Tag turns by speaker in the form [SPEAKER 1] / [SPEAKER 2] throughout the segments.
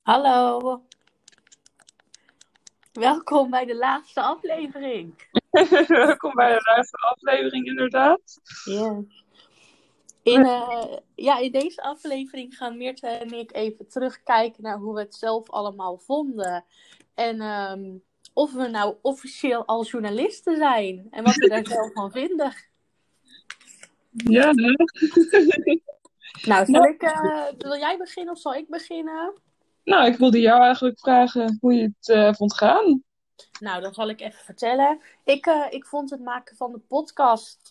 [SPEAKER 1] Hallo, welkom bij de laatste aflevering.
[SPEAKER 2] Welkom bij de laatste aflevering, inderdaad.
[SPEAKER 1] Yes. In deze aflevering gaan Meerte en ik even terugkijken naar hoe we het zelf allemaal vonden. En of we nou officieel al journalisten zijn en wat we daar zelf van vinden.
[SPEAKER 2] Ja, hè?
[SPEAKER 1] Nou,
[SPEAKER 2] Nou,
[SPEAKER 1] wil jij beginnen of zal ik beginnen?
[SPEAKER 2] nou, ik wilde jou eigenlijk vragen hoe je het vond gaan.
[SPEAKER 1] Nou, dan zal ik even vertellen. Ik vond het maken van de podcast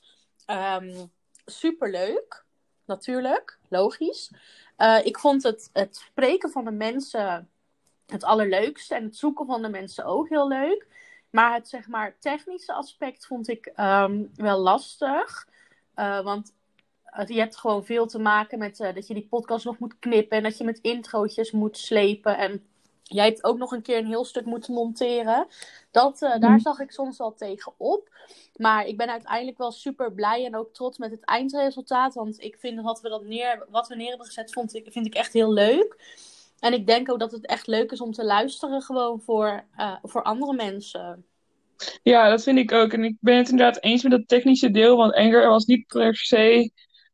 [SPEAKER 1] superleuk. Natuurlijk, logisch. Ik vond het spreken van de mensen het allerleukste. En het zoeken van de mensen ook heel leuk. Maar het zeg maar technische aspect vond ik wel lastig. Want je hebt gewoon veel te maken met dat je die podcast nog moet knippen. En dat je met introotjes moet slepen. En jij hebt ook nog een keer een heel stuk moeten monteren. Daar zag ik soms wel tegen op. Maar ik ben uiteindelijk wel super blij en ook trots met het eindresultaat. Want ik vind dat wat we neer hebben gezet, vind ik echt heel leuk. En ik denk ook dat het echt leuk is om te luisteren gewoon voor andere mensen.
[SPEAKER 2] Ja, dat vind ik ook. En ik ben het inderdaad eens met dat technische deel, want Anchor was niet per se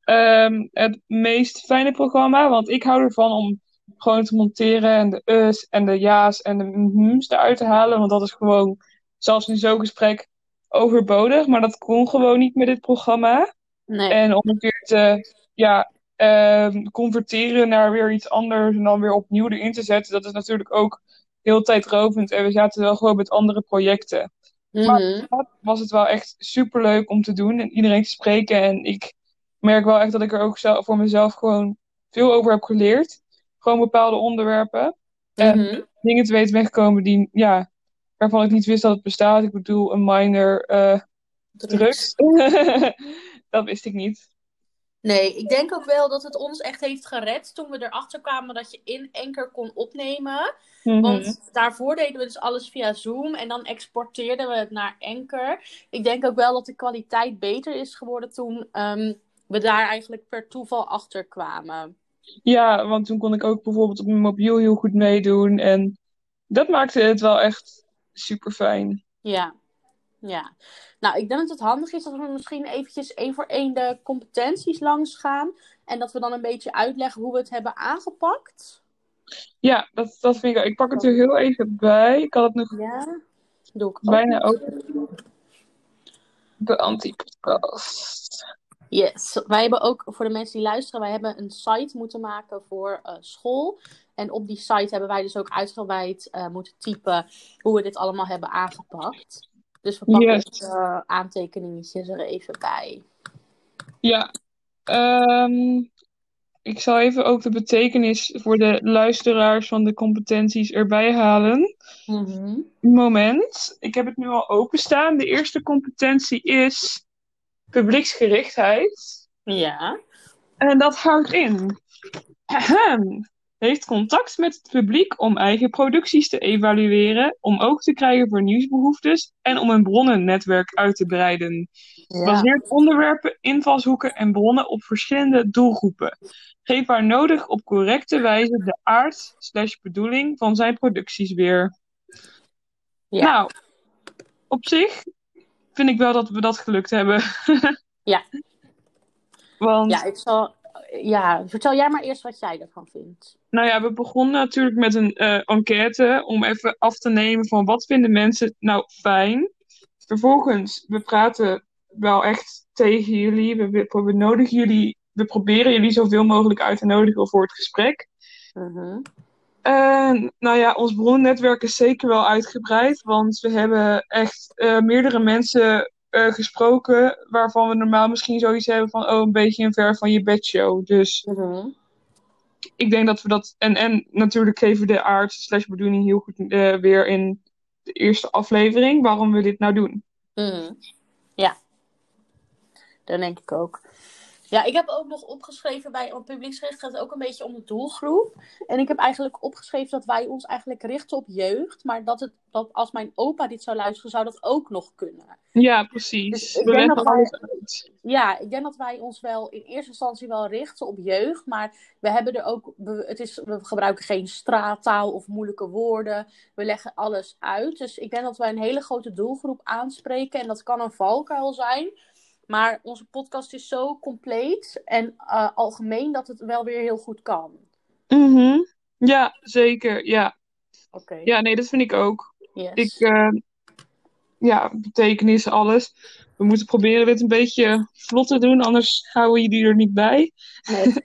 [SPEAKER 2] het meest fijne programma. Want ik hou ervan om gewoon te monteren en de us en de ja's en de mhm's eruit te halen. Want dat is gewoon, zelfs in zo'n gesprek, overbodig. Maar dat kon gewoon niet met dit programma.
[SPEAKER 1] Nee.
[SPEAKER 2] En om het weer te ja, converteren naar weer iets anders en dan weer opnieuw erin te zetten, dat is natuurlijk ook heel tijdrovend. En we zaten wel gewoon met andere projecten. Maar
[SPEAKER 1] Mhm.
[SPEAKER 2] was het wel echt super leuk om te doen en iedereen te spreken. En ik merk wel echt dat ik er ook voor mezelf gewoon veel over heb geleerd. Gewoon bepaalde onderwerpen. En
[SPEAKER 1] Mhm.
[SPEAKER 2] dingen te weten ben gekomen die, ja, waarvan ik niet wist dat het bestaat. Ik bedoel, een minor
[SPEAKER 1] Drugs.
[SPEAKER 2] drugs. Dat wist ik niet.
[SPEAKER 1] Nee, ik denk ook wel dat het ons echt heeft gered toen we erachter kwamen dat je in Anchor kon opnemen.
[SPEAKER 2] Mhm.
[SPEAKER 1] Want daarvoor deden we dus alles via Zoom en dan exporteerden we het naar Anchor. Ik denk ook wel dat de kwaliteit beter is geworden toen we daar eigenlijk per toeval achter kwamen.
[SPEAKER 2] Ja, want toen kon ik ook bijvoorbeeld op mijn mobiel heel goed meedoen. En dat maakte het wel echt super fijn.
[SPEAKER 1] Ja, ja. Nou, ik denk dat het handig is dat we misschien eventjes één voor één de competenties langs gaan. En dat we dan een beetje uitleggen hoe we het hebben aangepakt.
[SPEAKER 2] Ja, dat vind ik ook. Ik pak het er heel even bij. Ik had het nog
[SPEAKER 1] Ja, doe ik ook
[SPEAKER 2] bijna open.
[SPEAKER 1] meteen.
[SPEAKER 2] De anti-podcast.
[SPEAKER 1] Yes, wij hebben ook, voor de mensen die luisteren, wij hebben een site moeten maken voor school. En op die site hebben wij dus ook uitgebreid moeten typen hoe we dit allemaal hebben aangepakt. Dus we pakken
[SPEAKER 2] Yes.
[SPEAKER 1] onze aantekeningetjes er even bij.
[SPEAKER 2] Ja. ehm, ik zal even ook de betekenis voor de luisteraars van de competenties erbij halen.
[SPEAKER 1] Mhm.
[SPEAKER 2] Moment. Ik heb het nu al openstaan. De eerste competentie is publieksgerichtheid.
[SPEAKER 1] Ja.
[SPEAKER 2] En dat houdt in. Ahem. Heeft contact met het publiek om eigen producties te evalueren, om oog te krijgen voor nieuwsbehoeftes en om een bronnennetwerk uit te breiden.
[SPEAKER 1] Ja.
[SPEAKER 2] Baseert onderwerpen, invalshoeken en bronnen op verschillende doelgroepen. Geeft waar nodig op correcte wijze de aard/bedoeling van zijn producties weer.
[SPEAKER 1] Ja.
[SPEAKER 2] Nou, op zich vind ik wel dat we dat gelukt hebben.
[SPEAKER 1] Ja. Ja,
[SPEAKER 2] Want
[SPEAKER 1] ja, vertel jij maar eerst wat jij ervan vindt.
[SPEAKER 2] nou ja, we begonnen natuurlijk met een enquête om even af te nemen van wat vinden mensen nou fijn. Vervolgens, we praten wel echt tegen jullie, we nodigen jullie, we proberen jullie zoveel mogelijk uit te nodigen voor het gesprek.
[SPEAKER 1] Mhm.
[SPEAKER 2] Nou ja, ons bronnennetwerk is zeker wel uitgebreid, want we hebben echt meerdere mensen gesproken waarvan we normaal misschien zoiets hebben van, oh, een beetje een ver van je bedshow. Dus
[SPEAKER 1] Mhm.
[SPEAKER 2] ik denk dat we dat. En natuurlijk geven we de aard/bedoeling heel goed weer in de eerste aflevering waarom we dit nou doen.
[SPEAKER 1] Mhm. Ja, dat denk ik ook. Ja, ik heb ook nog opgeschreven want publieksgericht gaat het ook een beetje om de doelgroep. En ik heb eigenlijk opgeschreven dat wij ons eigenlijk richten op jeugd. Maar dat als mijn opa dit zou luisteren, zou dat ook nog kunnen.
[SPEAKER 2] Ja,
[SPEAKER 1] Dus
[SPEAKER 2] precies.
[SPEAKER 1] ik
[SPEAKER 2] We
[SPEAKER 1] denk
[SPEAKER 2] leggen
[SPEAKER 1] dat
[SPEAKER 2] alles
[SPEAKER 1] wij,
[SPEAKER 2] uit.
[SPEAKER 1] ja, ik denk dat wij ons wel in eerste instantie wel richten op jeugd. Maar we hebben er ook, we gebruiken geen straattaal of moeilijke woorden. We leggen alles uit. Dus ik denk dat wij een hele grote doelgroep aanspreken. En dat kan een valkuil zijn. Maar onze podcast is zo compleet en algemeen dat het wel weer heel goed kan.
[SPEAKER 2] Mhm. Ja, zeker. Ja.
[SPEAKER 1] Oké.
[SPEAKER 2] Ja, nee, dat vind ik ook. Ik,
[SPEAKER 1] Yes.
[SPEAKER 2] ja, betekenis, alles. We moeten proberen dit een beetje vlot te doen, anders houden jullie er niet bij.
[SPEAKER 1] Nee,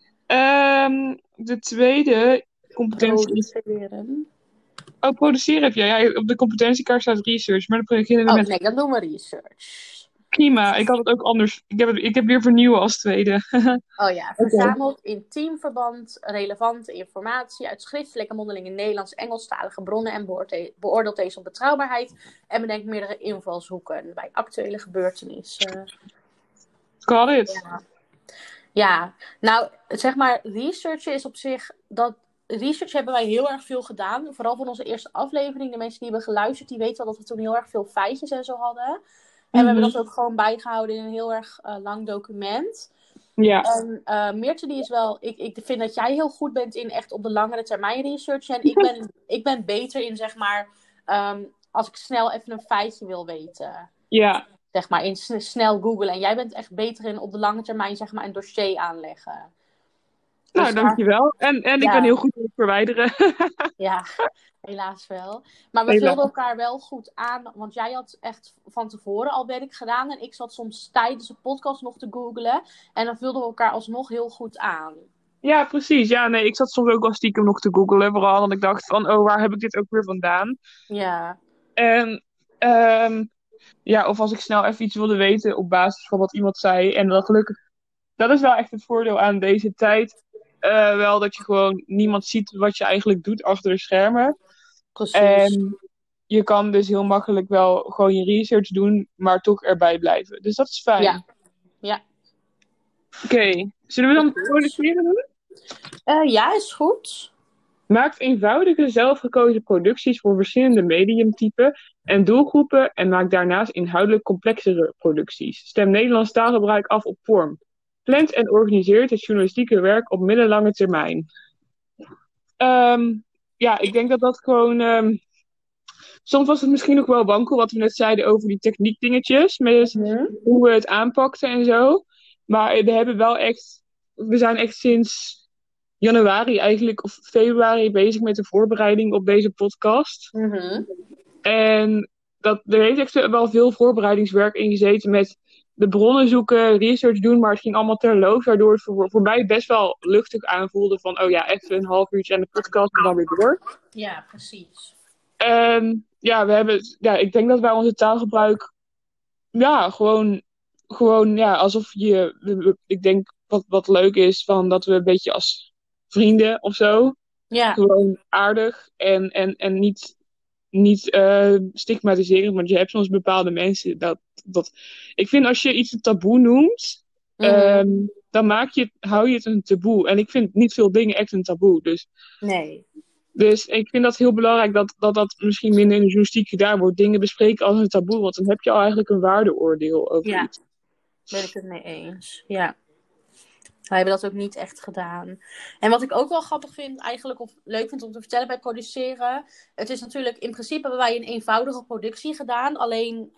[SPEAKER 2] De tweede competentie is...
[SPEAKER 1] produceren.
[SPEAKER 2] Oh, produceren heb jij. Ja, op de competentiekaart staat research, maar dan beginnen we
[SPEAKER 1] Oh,
[SPEAKER 2] met
[SPEAKER 1] nee, dan doen we research.
[SPEAKER 2] prima. Ik had het ook anders. Ik heb weer vernieuwen als tweede.
[SPEAKER 1] Oh ja,
[SPEAKER 2] Oké.
[SPEAKER 1] verzamelt in teamverband relevante informatie uit schriftelijke mondelinge Nederlands, Engelstalige bronnen en beoordeelt deze op betrouwbaarheid en bedenkt meerdere invalshoeken bij actuele gebeurtenissen.
[SPEAKER 2] Got it.
[SPEAKER 1] Ja. Ja, nou, zeg maar, research is op zich research hebben wij heel erg veel gedaan. Vooral voor onze eerste aflevering. De mensen die hebben geluisterd, die weten al dat we toen heel erg veel feitjes en zo hadden. En we hebben dat ook gewoon bijgehouden in een heel erg lang document.
[SPEAKER 2] Ja.
[SPEAKER 1] En Meerte, die is wel... Ik vind dat jij heel goed bent in echt op de langere termijn research. En ik ben beter in, zeg maar... als ik snel even een feitje wil weten.
[SPEAKER 2] Ja.
[SPEAKER 1] Zeg maar, in snel googlen. En jij bent echt beter in op de lange termijn, zeg maar, een dossier aanleggen.
[SPEAKER 2] Nou,
[SPEAKER 1] Dus
[SPEAKER 2] dankjewel. En ik ben heel goed in het verwijderen.
[SPEAKER 1] Ja, helaas wel. Maar we
[SPEAKER 2] Helaas.
[SPEAKER 1] vulden elkaar wel goed aan. Want jij had echt van tevoren al werk gedaan. En ik zat soms tijdens de podcast nog te googlen. En dan vulden we elkaar alsnog heel goed aan.
[SPEAKER 2] Ja, precies. Ja, nee, ik zat soms ook wel stiekem nog te googlen. Vooral, want ik dacht van, oh, waar heb ik dit ook weer vandaan?
[SPEAKER 1] Ja.
[SPEAKER 2] En ja, of als ik snel even iets wilde weten op basis van wat iemand zei. En dan gelukkig, dat is wel echt het voordeel aan deze tijd. Wel dat je gewoon niemand ziet wat je eigenlijk doet achter de schermen.
[SPEAKER 1] Precies.
[SPEAKER 2] En je kan dus heel makkelijk wel gewoon je research doen, maar toch erbij blijven. Dus dat is fijn.
[SPEAKER 1] Ja. Ja.
[SPEAKER 2] Oké, zullen we dan produceren doen?
[SPEAKER 1] Ja, is goed.
[SPEAKER 2] Maakt eenvoudige zelfgekozen producties voor verschillende mediumtypen en doelgroepen en maakt daarnaast inhoudelijk complexere producties. Stem Nederlands taalgebruik af op vorm. Plant en organiseert het journalistieke werk op middellange termijn. Ja, ik denk dat dat gewoon... soms was het misschien nog wel wankel wat we net zeiden over die techniekdingetjes. Met hoe we het aanpakten en zo. Maar we zijn echt sinds januari eigenlijk, of februari, bezig met de voorbereiding op deze podcast. En er heeft echt wel veel voorbereidingswerk in gezeten met de bronnen zoeken, research doen, maar het ging allemaal terloops, waardoor het voor mij best wel luchtig aanvoelde van, oh ja, even een half uurtje aan de podcast en dan weer door.
[SPEAKER 1] Ja, precies.
[SPEAKER 2] En ja, ik denk dat wij onze taalgebruik, ja, gewoon ja, alsof ik denk wat leuk is, van dat we een beetje als vrienden of zo,
[SPEAKER 1] Ja.
[SPEAKER 2] gewoon aardig en niet stigmatiserend, want je hebt soms bepaalde mensen ik vind als je iets een taboe noemt, dan hou je het een taboe. En ik vind niet veel dingen echt een taboe. Dus ik vind dat heel belangrijk dat misschien minder in de journalistiek gedaan wordt. Dingen bespreken als een taboe, want dan heb je al eigenlijk een waardeoordeel over iets.
[SPEAKER 1] Ben ik het mee eens. Ja. Wij hebben dat ook niet echt gedaan. En wat ik ook wel grappig vind eigenlijk, of leuk vind om te vertellen bij produceren. Het is natuurlijk, in principe hebben wij een eenvoudige productie gedaan. Alleen,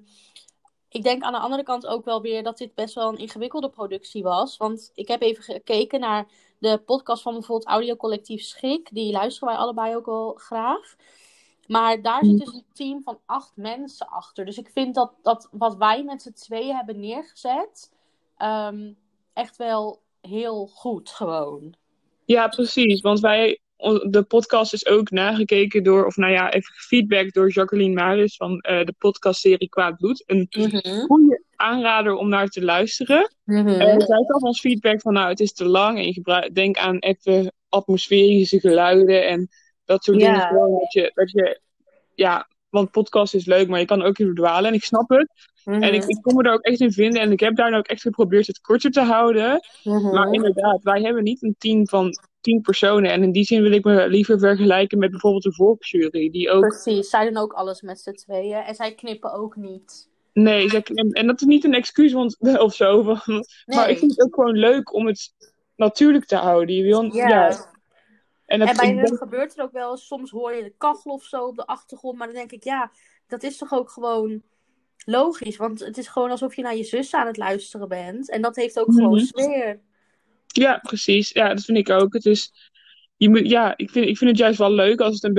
[SPEAKER 1] ik denk aan de andere kant ook wel weer dat dit best wel een ingewikkelde productie was. Want ik heb even gekeken naar de podcast van bijvoorbeeld Audiocollectief Schik. Die luisteren wij allebei ook wel graag. Maar daar zit dus een team van 8 mensen achter. Dus ik vind dat wat wij met z'n tweeën hebben neergezet, echt wel heel goed gewoon.
[SPEAKER 2] Ja, precies. Want de podcast is ook nagekeken door, of nou ja, even feedback door Jacqueline Maris van de podcastserie Kwaad Bloed. Een goede aanrader om naar te luisteren. Zij gaf ons feedback van, nou, het is te lang en denk aan even atmosferische geluiden en dat soort dingen. Gewoon dat je want podcast is leuk, maar je kan ook in verdwalen. En ik snap het. En
[SPEAKER 1] Mhm.
[SPEAKER 2] ik kon me daar ook echt in vinden. En ik heb daar ook echt geprobeerd het korter te houden. Maar
[SPEAKER 1] Mhm.
[SPEAKER 2] inderdaad, wij hebben niet een team van 10 personen. En in die zin wil ik me liever vergelijken met bijvoorbeeld de volksjury. Die ook...
[SPEAKER 1] Precies, zij doen ook alles met z'n tweeën. En zij knippen ook niet.
[SPEAKER 2] Nee, en dat is niet een excuus want, of zo. Maar ik
[SPEAKER 1] Nee,
[SPEAKER 2] vind het ook gewoon leuk om het natuurlijk te houden. Je wil, ja.
[SPEAKER 1] ja.
[SPEAKER 2] En
[SPEAKER 1] En
[SPEAKER 2] dat,
[SPEAKER 1] bij
[SPEAKER 2] ik
[SPEAKER 1] hun
[SPEAKER 2] denk,
[SPEAKER 1] gebeurt er ook wel eens, soms hoor je de kachel of zo op de achtergrond. Maar dan denk ik, ja, dat is toch ook gewoon logisch. Want het is gewoon alsof je naar je zus aan het luisteren bent. En dat heeft ook gewoon
[SPEAKER 2] mhm.
[SPEAKER 1] sfeer.
[SPEAKER 2] Ja, precies. Ja, dat vind ik ook. Het is, ja, ik vind het juist wel leuk als het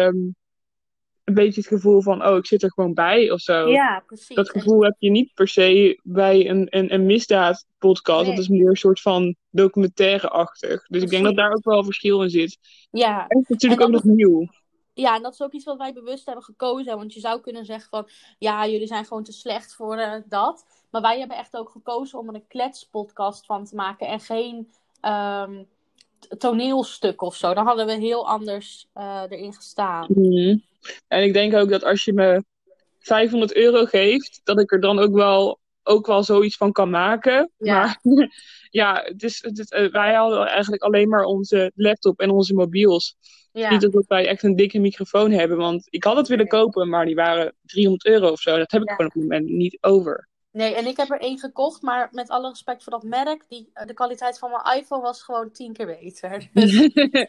[SPEAKER 2] een beetje het gevoel van, oh, ik zit er gewoon bij of zo.
[SPEAKER 1] Ja,
[SPEAKER 2] Dat
[SPEAKER 1] precies. En
[SPEAKER 2] gevoel heb je niet per se bij een misdaadpodcast. Dat is
[SPEAKER 1] nee,
[SPEAKER 2] meer een soort van documentaire-achtig. Dus ik denk dat daar
[SPEAKER 1] precies.
[SPEAKER 2] ook wel verschil in zit.
[SPEAKER 1] Ja,
[SPEAKER 2] En het is
[SPEAKER 1] en
[SPEAKER 2] natuurlijk ook
[SPEAKER 1] dat
[SPEAKER 2] nog
[SPEAKER 1] is,
[SPEAKER 2] nieuw.
[SPEAKER 1] ja, en dat is ook iets wat wij bewust hebben gekozen. Want je zou kunnen zeggen van, ja, jullie zijn gewoon te slecht voor dat. Maar wij hebben echt ook gekozen om er een kletspodcast van te maken. En geen ehm, toneelstuk of zo. Dan hadden we heel anders erin gestaan.
[SPEAKER 2] Mhm. En ik denk ook dat als je me €500 geeft, dat ik er dan ook wel zoiets van kan maken.
[SPEAKER 1] Ja,
[SPEAKER 2] Maar ja, wij hadden eigenlijk alleen maar onze laptop en onze mobiels. Het is niet
[SPEAKER 1] ja.
[SPEAKER 2] dat wij echt een dikke microfoon hebben, want ik had het willen
[SPEAKER 1] Nee.
[SPEAKER 2] kopen, maar die waren €300 of zo. Dat heb ik
[SPEAKER 1] Ja.
[SPEAKER 2] gewoon op het moment niet over.
[SPEAKER 1] Nee, en ik heb er één gekocht, maar met alle respect voor dat merk, de kwaliteit van mijn iPhone was gewoon 10 keer beter. Dus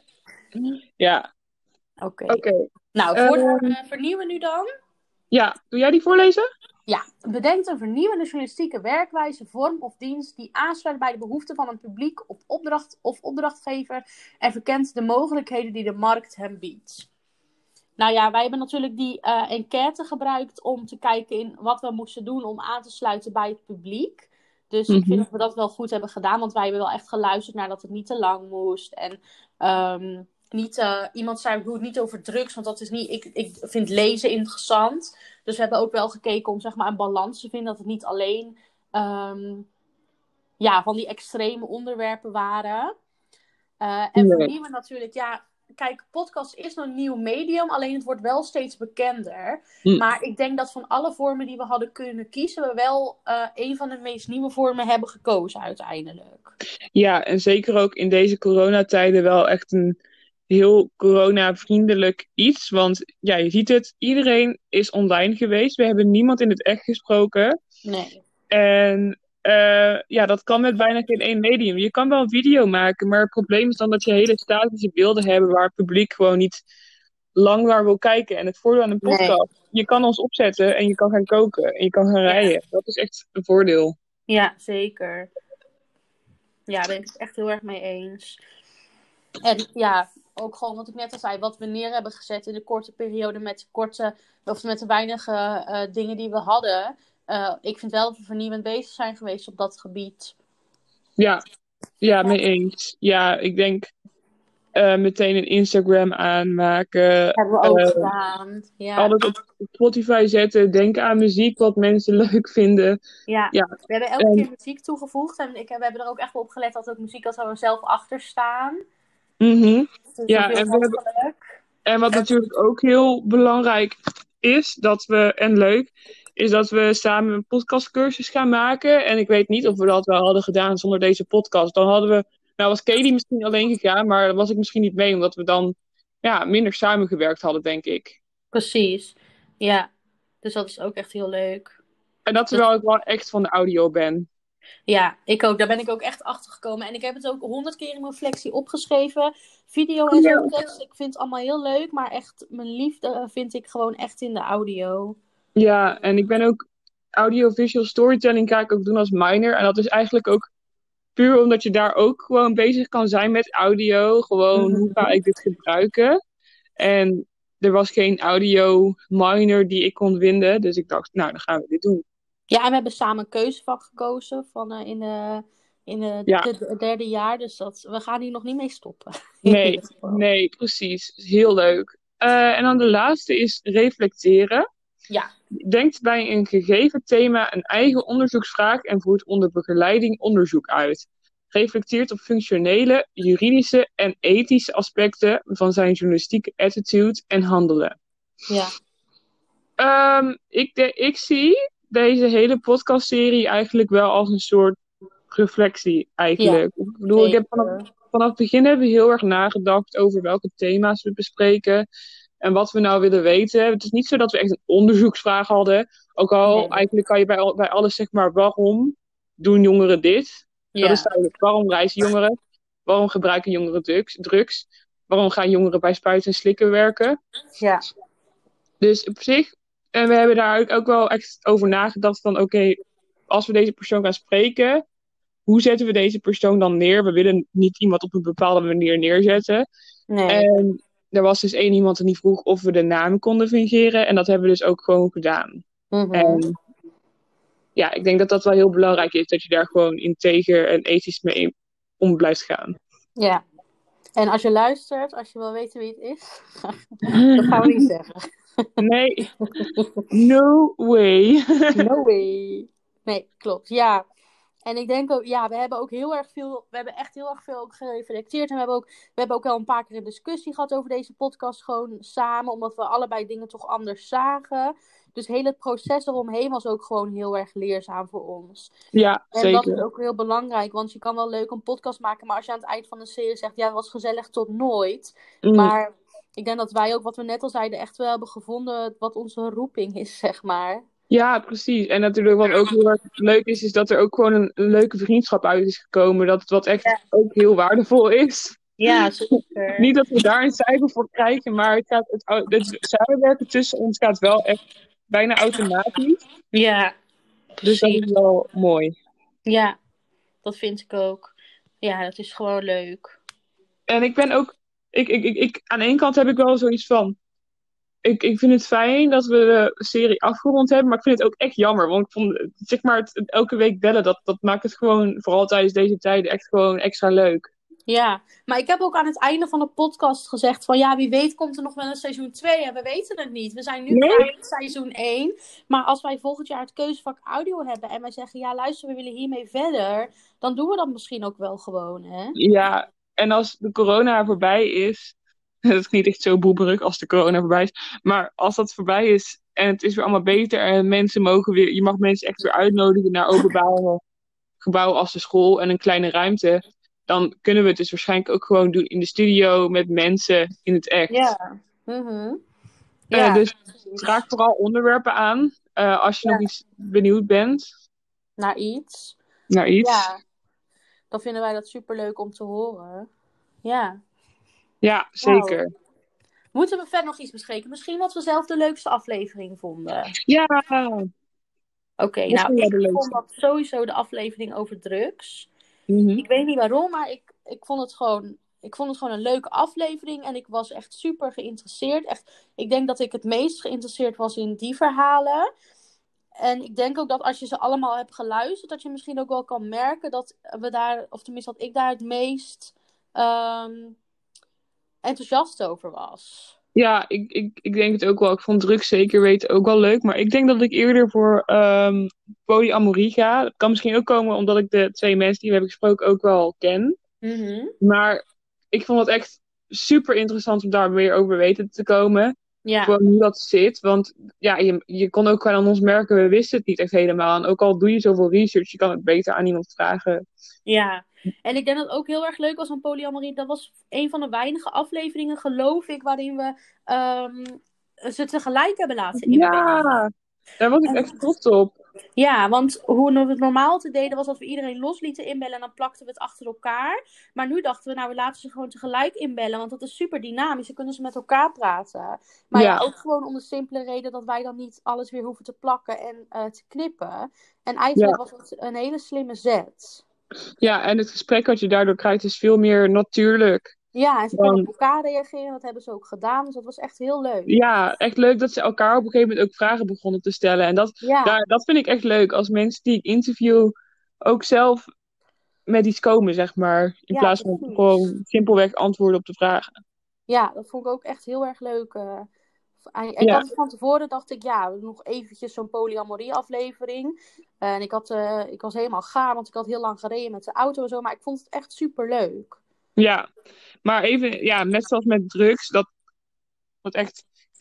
[SPEAKER 2] Ja,
[SPEAKER 1] oké.
[SPEAKER 2] oké.
[SPEAKER 1] Nou, voor de
[SPEAKER 2] Ehm,
[SPEAKER 1] vernieuwen nu dan.
[SPEAKER 2] ja, doe jij die voorlezen?
[SPEAKER 1] Ja, bedenk een vernieuwende journalistieke werkwijze, vorm of dienst die aansluit bij de behoeften van een publiek op opdracht of opdrachtgever en verkent de mogelijkheden die de markt hem biedt. Nou ja, wij hebben natuurlijk die enquête gebruikt om te kijken in wat we moesten doen om aan te sluiten bij het publiek. Dus ik vind
[SPEAKER 2] Mhm.
[SPEAKER 1] dat we dat wel goed hebben gedaan, want wij hebben wel echt geluisterd naar dat het niet te lang moest. En niet, iemand zei, doe het niet over drugs, want dat is niet, ik vind lezen interessant. Dus we hebben ook wel gekeken om zeg maar een balans te vinden, dat het niet alleen ja, van die extreme onderwerpen waren. En
[SPEAKER 2] Nee.
[SPEAKER 1] vernieuwen natuurlijk, ja, kijk, podcast is nog een nieuw medium, alleen het wordt wel steeds bekender.
[SPEAKER 2] Mm.
[SPEAKER 1] Maar ik denk dat van alle vormen die we hadden kunnen kiezen, we wel een van de meest nieuwe vormen hebben gekozen uiteindelijk.
[SPEAKER 2] Ja, en zeker ook in deze coronatijden wel echt een heel corona-vriendelijk iets. Want ja, je ziet het, iedereen is online geweest. We hebben niemand in het echt gesproken.
[SPEAKER 1] Nee.
[SPEAKER 2] En ja, dat kan met bijna geen één medium. Je kan wel een video maken, maar het probleem is dan dat je hele statische beelden hebt waar het publiek gewoon niet lang naar wil kijken. En het voordeel aan een
[SPEAKER 1] Nee.
[SPEAKER 2] podcast, je kan ons opzetten en je kan gaan koken en je kan gaan
[SPEAKER 1] Ja.
[SPEAKER 2] rijden. Dat is echt een voordeel.
[SPEAKER 1] Ja, zeker. Ja, daar ben ik het echt heel erg mee eens. En ja, ook gewoon wat ik net al zei, wat we neer hebben gezet in de korte periode met de weinige dingen die we hadden. Ik vind wel dat we vernieuwend bezig zijn geweest op dat gebied.
[SPEAKER 2] Ja, ja, mee eens. Ja, ik denk meteen een Instagram aanmaken.
[SPEAKER 1] Hebben we ook gedaan. Ja.
[SPEAKER 2] Alles op Spotify zetten. Denken aan muziek wat mensen leuk vinden.
[SPEAKER 1] Ja.
[SPEAKER 2] Ja,
[SPEAKER 1] We hebben elke keer muziek toegevoegd. En we hebben er ook echt wel op gelet dat ook muziek als we zelf achter staan.
[SPEAKER 2] mhm.
[SPEAKER 1] Dus
[SPEAKER 2] Ja,
[SPEAKER 1] zoveel mogelijk.
[SPEAKER 2] en wat natuurlijk ook heel belangrijk is, en leuk, is dat we samen een podcastcursus gaan maken. En ik weet niet of we dat wel hadden gedaan zonder deze podcast. Dan hadden we, nou was Kelly misschien alleen gegaan, maar dan was ik misschien niet mee, omdat we dan ja, minder samengewerkt hadden, denk ik.
[SPEAKER 1] Precies. Ja. Dus dat is ook echt heel leuk.
[SPEAKER 2] En dat terwijl ik wel echt van de audio ben.
[SPEAKER 1] Ja, ik ook. Daar ben ik ook echt achter gekomen. En ik heb het ook 100 keer in mijn flexie opgeschreven. Video en zo tekst. Ik vind het allemaal heel leuk. Maar echt, mijn liefde vind ik gewoon echt in de audio.
[SPEAKER 2] Ja, en ik ben ook audiovisual storytelling ga ik ook doen als minor. En dat is eigenlijk ook puur omdat je daar ook gewoon bezig kan zijn met audio. Gewoon, hoe ga ik dit gebruiken? En er was geen audio minor die ik kon vinden. Dus ik dacht, nou, dan gaan we dit doen.
[SPEAKER 1] Ja, en we hebben samen een keuzevak gekozen van, in het derde jaar. Dus we gaan hier nog niet mee stoppen.
[SPEAKER 2] Nee, precies. Heel leuk. En dan de laatste is reflecteren.
[SPEAKER 1] Ja.
[SPEAKER 2] Denkt bij een gegeven thema een eigen onderzoeksvraag en voert onder begeleiding onderzoek uit. Reflecteert op functionele, juridische en ethische aspecten van zijn journalistieke attitude en handelen.
[SPEAKER 1] Ja.
[SPEAKER 2] Ik zie deze hele podcastserie eigenlijk wel als een soort reflectie
[SPEAKER 1] Ja,
[SPEAKER 2] eigenlijk. Ik bedoel, ik heb
[SPEAKER 1] zeker.
[SPEAKER 2] vanaf het begin hebben we heel erg nagedacht over welke thema's we bespreken en wat we nou willen weten. Het is niet zo dat we echt een onderzoeksvraag hadden. Ook al
[SPEAKER 1] Nee.
[SPEAKER 2] eigenlijk kan je bij alles zeg maar waarom doen jongeren dit? Dat is
[SPEAKER 1] Ja,
[SPEAKER 2] duidelijk. Waarom reizen jongeren? Waarom gebruiken jongeren drugs? Waarom gaan jongeren bij spuiten en slikken werken?
[SPEAKER 1] ja,
[SPEAKER 2] Dus op zich, en we hebben daar ook wel echt over nagedacht van oké, als we deze persoon gaan spreken, hoe zetten we deze persoon dan neer? We willen niet iemand op een bepaalde manier neerzetten.
[SPEAKER 1] nee.
[SPEAKER 2] En er was dus één iemand die vroeg of we de naam konden fingeren. En dat hebben we dus ook gewoon gedaan.
[SPEAKER 1] Mhm.
[SPEAKER 2] En ja, ik denk dat dat wel heel belangrijk is, dat je daar gewoon integer en ethisch mee om blijft gaan.
[SPEAKER 1] Ja. En als je luistert, als je wil weten wie het is, dat gaan we niet zeggen.
[SPEAKER 2] Nee, no way.
[SPEAKER 1] No way. Nee, klopt. Ja. En ik denk ook, ja, we hebben ook heel erg veel, we hebben echt heel erg veel ook gereflecteerd. En we hebben ook wel een paar keer een discussie gehad over deze podcast gewoon samen, omdat we allebei dingen toch anders zagen. Dus heel het proces eromheen was ook gewoon heel erg leerzaam voor ons.
[SPEAKER 2] Ja,
[SPEAKER 1] En dat is
[SPEAKER 2] zeker.
[SPEAKER 1] ook heel belangrijk, want je kan wel leuk een podcast maken, maar als je aan het eind van de serie zegt, ja, het was gezellig tot nooit.
[SPEAKER 2] Mm.
[SPEAKER 1] Maar ik denk dat wij ook, wat we net al zeiden, echt wel hebben gevonden wat onze roeping is, zeg maar.
[SPEAKER 2] Ja, precies. En natuurlijk wat ook heel erg leuk is dat er ook gewoon een leuke vriendschap uit is gekomen. Dat wat echt
[SPEAKER 1] Ja,
[SPEAKER 2] ook heel waardevol is.
[SPEAKER 1] ja, zeker.
[SPEAKER 2] Niet dat we daar een cijfer voor krijgen, maar het samenwerken tussen ons gaat wel echt bijna automatisch.
[SPEAKER 1] Ja,
[SPEAKER 2] Dus dat
[SPEAKER 1] precies.
[SPEAKER 2] is wel mooi.
[SPEAKER 1] Ja, dat vind ik ook. Ja, dat is gewoon leuk.
[SPEAKER 2] En ik ben ook, aan de ene kant heb ik wel zoiets van, ik vind het fijn dat we de serie afgerond hebben, maar ik vind het ook echt jammer. Want ik vond, zeg maar, het elke week bellen, dat maakt het gewoon, vooral tijdens deze tijden, echt gewoon extra leuk.
[SPEAKER 1] Ja, maar ik heb ook aan het einde van de podcast gezegd van ja, wie weet komt er nog wel een seizoen 2 en we weten het niet. We zijn nu
[SPEAKER 2] Nee?
[SPEAKER 1] klaar met seizoen 1, maar als wij volgend jaar het keuzevak audio hebben en wij zeggen ja, luister, we willen hiermee verder, dan doen we dat misschien ook wel gewoon, hè?
[SPEAKER 2] Ja, en als de corona voorbij is, dat is niet echt zo boeberig als de corona voorbij is, maar als dat voorbij is en het is weer allemaal beter en mensen mogen weer, je mag mensen echt weer uitnodigen naar openbare gebouwen als de school en een kleine ruimte, dan kunnen we het dus waarschijnlijk ook gewoon doen in de studio met mensen in het echt.
[SPEAKER 1] Ja. Mhm. Ja,
[SPEAKER 2] Dus
[SPEAKER 1] precies.
[SPEAKER 2] vraag vooral onderwerpen aan als je nog
[SPEAKER 1] Ja,
[SPEAKER 2] iets benieuwd bent
[SPEAKER 1] naar iets.
[SPEAKER 2] naar iets.
[SPEAKER 1] Ja, dan vinden wij dat superleuk om te horen. Ja.
[SPEAKER 2] Ja,
[SPEAKER 1] Nou,
[SPEAKER 2] zeker.
[SPEAKER 1] moeten we verder nog iets bespreken? Misschien wat we zelf de leukste aflevering vonden.
[SPEAKER 2] Ja,
[SPEAKER 1] Oké,
[SPEAKER 2] dat
[SPEAKER 1] nou,
[SPEAKER 2] vind jij de
[SPEAKER 1] ik vond
[SPEAKER 2] leukste.
[SPEAKER 1] dat sowieso de aflevering over drugs.
[SPEAKER 2] Mhm.
[SPEAKER 1] Ik weet niet waarom, maar ik vond het gewoon een leuke aflevering. En ik was echt super geïnteresseerd. Echt, ik denk dat ik het meest geïnteresseerd was in die verhalen. En ik denk ook dat als je ze allemaal hebt geluisterd, dat je misschien ook wel kan merken dat we daar, of tenminste dat ik daar het meest ehm, enthousiast over was.
[SPEAKER 2] Ja, ik denk het ook wel. Ik vond drugs zeker weten ook wel leuk. Maar ik denk dat ik eerder voor polyamorie ga. Dat kan misschien ook komen omdat ik de twee mensen die we hebben gesproken ook wel ken.
[SPEAKER 1] Mhm.
[SPEAKER 2] Maar ik vond het echt super interessant om daar meer over weten te komen.
[SPEAKER 1] Ja.
[SPEAKER 2] Gewoon hoe dat zit. Want ja, je kon ook gewoon aan ons merken, we wisten het niet echt helemaal. En ook al doe je zoveel research, je kan het beter aan iemand vragen.
[SPEAKER 1] Ja, en ik denk dat het ook heel erg leuk was aan polyamorie. Dat was een van de weinige afleveringen, geloof ik, waarin we ze tegelijk hebben laten inbellen.
[SPEAKER 2] Ja, daar was ik echt
[SPEAKER 1] En,
[SPEAKER 2] trots op.
[SPEAKER 1] ja, want hoe we het normaal te deden was dat we iedereen los lieten inbellen en dan plakten we het achter elkaar. Maar nu dachten we, nou, we laten ze gewoon tegelijk inbellen, want dat is super dynamisch. Dan kunnen ze met elkaar praten. Maar ja,
[SPEAKER 2] Ja,
[SPEAKER 1] ook gewoon om de simpele reden dat wij dan niet alles weer hoeven te plakken en te knippen. En eigenlijk
[SPEAKER 2] ja.
[SPEAKER 1] was het een hele slimme zet.
[SPEAKER 2] Ja, en het gesprek wat je daardoor krijgt is veel meer natuurlijk.
[SPEAKER 1] Ja, en ze kunnen op
[SPEAKER 2] Dan,
[SPEAKER 1] elkaar reageren. Dat hebben ze ook gedaan. Dus dat was echt heel leuk.
[SPEAKER 2] ja, echt leuk dat ze elkaar op een gegeven moment ook vragen begonnen te stellen. En
[SPEAKER 1] Ja,
[SPEAKER 2] dat vind ik echt leuk. Als mensen die ik interview ook zelf met iets komen, zeg maar. In
[SPEAKER 1] ja,
[SPEAKER 2] plaats van
[SPEAKER 1] precies.
[SPEAKER 2] gewoon simpelweg antwoorden op de vragen.
[SPEAKER 1] Ja, dat vond ik ook echt heel erg leuk. En ik
[SPEAKER 2] Ja,
[SPEAKER 1] had het van tevoren, dacht ik, ja, nog eventjes zo'n polyamorie aflevering. En ik was helemaal gaar, want ik had heel lang gereden met de auto en zo. Maar ik vond het echt super leuk.
[SPEAKER 2] ja. Maar even, ja, net zoals met drugs, dat echt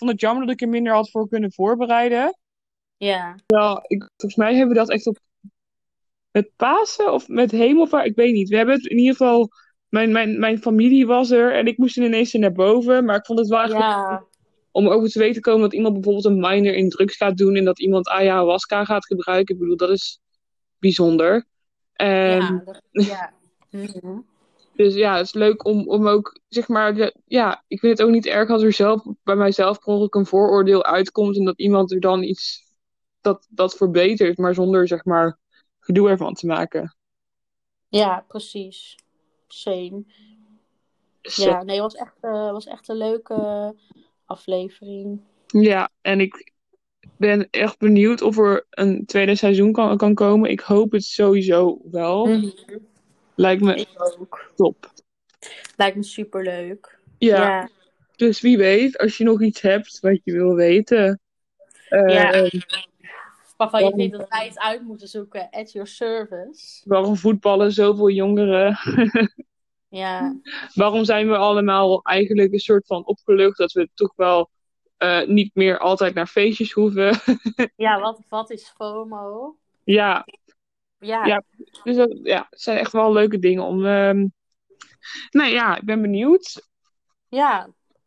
[SPEAKER 2] vond het jammer dat ik er minder had voor kunnen voorbereiden.
[SPEAKER 1] Ja.
[SPEAKER 2] Volgens mij hebben we dat echt op met Pasen of met Hemelvaart, ik weet niet. We hebben het in ieder geval, mijn familie was er en ik moest ineens naar boven. Maar ik vond het wel echt
[SPEAKER 1] Ja.
[SPEAKER 2] om over te weten te komen dat iemand bijvoorbeeld een minor in drugs gaat doen en dat iemand ayahuasca gaat gebruiken. Ik bedoel, dat is bijzonder.
[SPEAKER 1] Ja.
[SPEAKER 2] En
[SPEAKER 1] Ja. Mhm.
[SPEAKER 2] dus ja, het is leuk om ook, zeg maar, ja, ik vind het ook niet erg als er zelf bij mijzelf per ongeluk een vooroordeel uitkomt en dat iemand er dan iets dat verbetert, maar zonder, zeg maar, gedoe ervan te maken.
[SPEAKER 1] Ja, precies. Same.
[SPEAKER 2] Dus,
[SPEAKER 1] Ja, nee, was echt een leuke aflevering.
[SPEAKER 2] ja, en ik ben echt benieuwd of er een tweede seizoen kan komen. Ik hoop het sowieso wel.
[SPEAKER 1] Mhm.
[SPEAKER 2] Lijkt me
[SPEAKER 1] Ik ook.
[SPEAKER 2] top.
[SPEAKER 1] Lijkt me superleuk.
[SPEAKER 2] Ja,
[SPEAKER 1] Ja.
[SPEAKER 2] dus wie weet, als je nog iets hebt wat je wil weten,
[SPEAKER 1] Ja.
[SPEAKER 2] eh,
[SPEAKER 1] Waarvan je
[SPEAKER 2] waarom,
[SPEAKER 1] vindt dat wij het uit moeten zoeken. At your service.
[SPEAKER 2] waarom voetballen zoveel jongeren?
[SPEAKER 1] Ja.
[SPEAKER 2] Waarom zijn we allemaal eigenlijk een soort van opgelucht dat we toch wel niet meer altijd naar feestjes hoeven?
[SPEAKER 1] Ja, wat is FOMO?
[SPEAKER 2] Ja,
[SPEAKER 1] Ja.
[SPEAKER 2] ja, dus ja, het zijn echt wel leuke dingen om. Nee, ja, ik ben benieuwd.
[SPEAKER 1] Ja.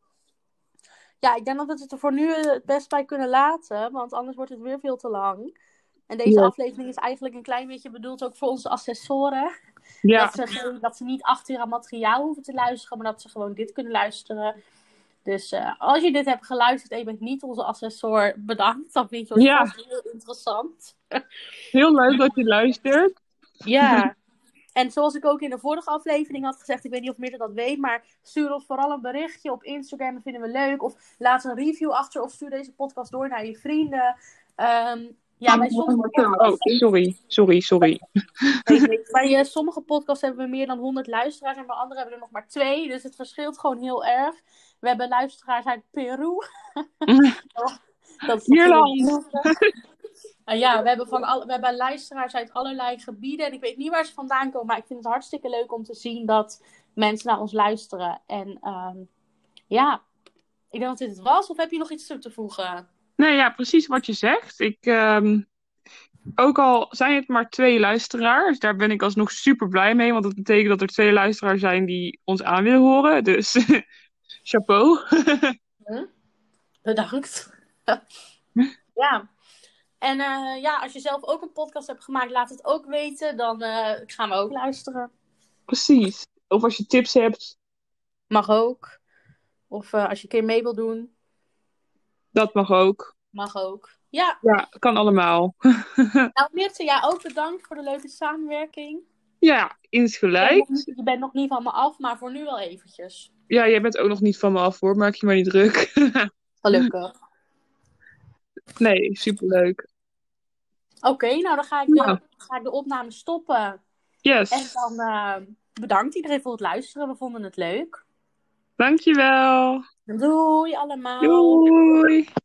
[SPEAKER 1] Ja, ik denk dat we het er voor nu het best bij kunnen laten. Want anders wordt het weer veel te lang. En deze
[SPEAKER 2] Ja,
[SPEAKER 1] aflevering is eigenlijk een klein beetje bedoeld ook voor onze assessoren.
[SPEAKER 2] ja,
[SPEAKER 1] Dat ze niet 8 uur aan materiaal hoeven te luisteren, maar dat ze gewoon dit kunnen luisteren. Dus als je dit hebt geluisterd en je bent niet onze assessor, bedankt. Dan vind je ons
[SPEAKER 2] ja,
[SPEAKER 1] vast heel interessant.
[SPEAKER 2] heel leuk dat je luistert.
[SPEAKER 1] Ja, en zoals ik ook in de vorige aflevering had gezegd, ik weet niet of Mirte dat weet, maar stuur ons vooral een berichtje op Instagram, dat vinden we leuk. Of laat een review achter of stuur deze podcast door naar je vrienden. Ja, bij sommige
[SPEAKER 2] Oh,
[SPEAKER 1] podcasts,
[SPEAKER 2] sorry.
[SPEAKER 1] bij sommige podcasts hebben we meer dan 100 luisteraars en bij andere hebben we er nog maar 2. Dus het verschilt gewoon heel erg. We hebben luisteraars uit Peru. Dat is natuurlijk
[SPEAKER 2] Ierland.
[SPEAKER 1] heel leuk. Ja, we hebben luisteraars uit allerlei gebieden. En ik weet niet waar ze vandaan komen. Maar ik vind het hartstikke leuk om te zien dat mensen naar ons luisteren. En ja, ik denk dat dit het was. Of heb je nog iets toe te voegen?
[SPEAKER 2] Nee, ja, precies wat je zegt. Ook al zijn het maar 2 luisteraars, daar ben ik alsnog super blij mee. Want dat betekent dat er 2 luisteraars zijn die ons aan willen horen. Dus chapeau.
[SPEAKER 1] Hm? Bedankt. Ja. En ja, als je zelf ook een podcast hebt gemaakt, laat het ook weten. Dan gaan we ook luisteren.
[SPEAKER 2] Precies. Of als je tips hebt,
[SPEAKER 1] Mag ook. Of als je een keer mee wil doen,
[SPEAKER 2] dat mag ook.
[SPEAKER 1] mag ook. Ja.
[SPEAKER 2] Ja, kan allemaal.
[SPEAKER 1] Nou, Mirte, ja, ook bedankt voor de leuke samenwerking.
[SPEAKER 2] Ja, insgelijks.
[SPEAKER 1] Je bent nog niet van me af, maar voor nu wel eventjes.
[SPEAKER 2] Ja, jij bent ook nog niet van me af hoor, maak je maar niet druk.
[SPEAKER 1] Gelukkig.
[SPEAKER 2] Nee, superleuk.
[SPEAKER 1] Oké, nou dan
[SPEAKER 2] Nou,
[SPEAKER 1] ga ik de opname stoppen. En
[SPEAKER 2] yes.
[SPEAKER 1] dan bedankt iedereen voor het luisteren. We vonden het leuk.
[SPEAKER 2] Dankjewel.
[SPEAKER 1] Doei allemaal.
[SPEAKER 2] Doei.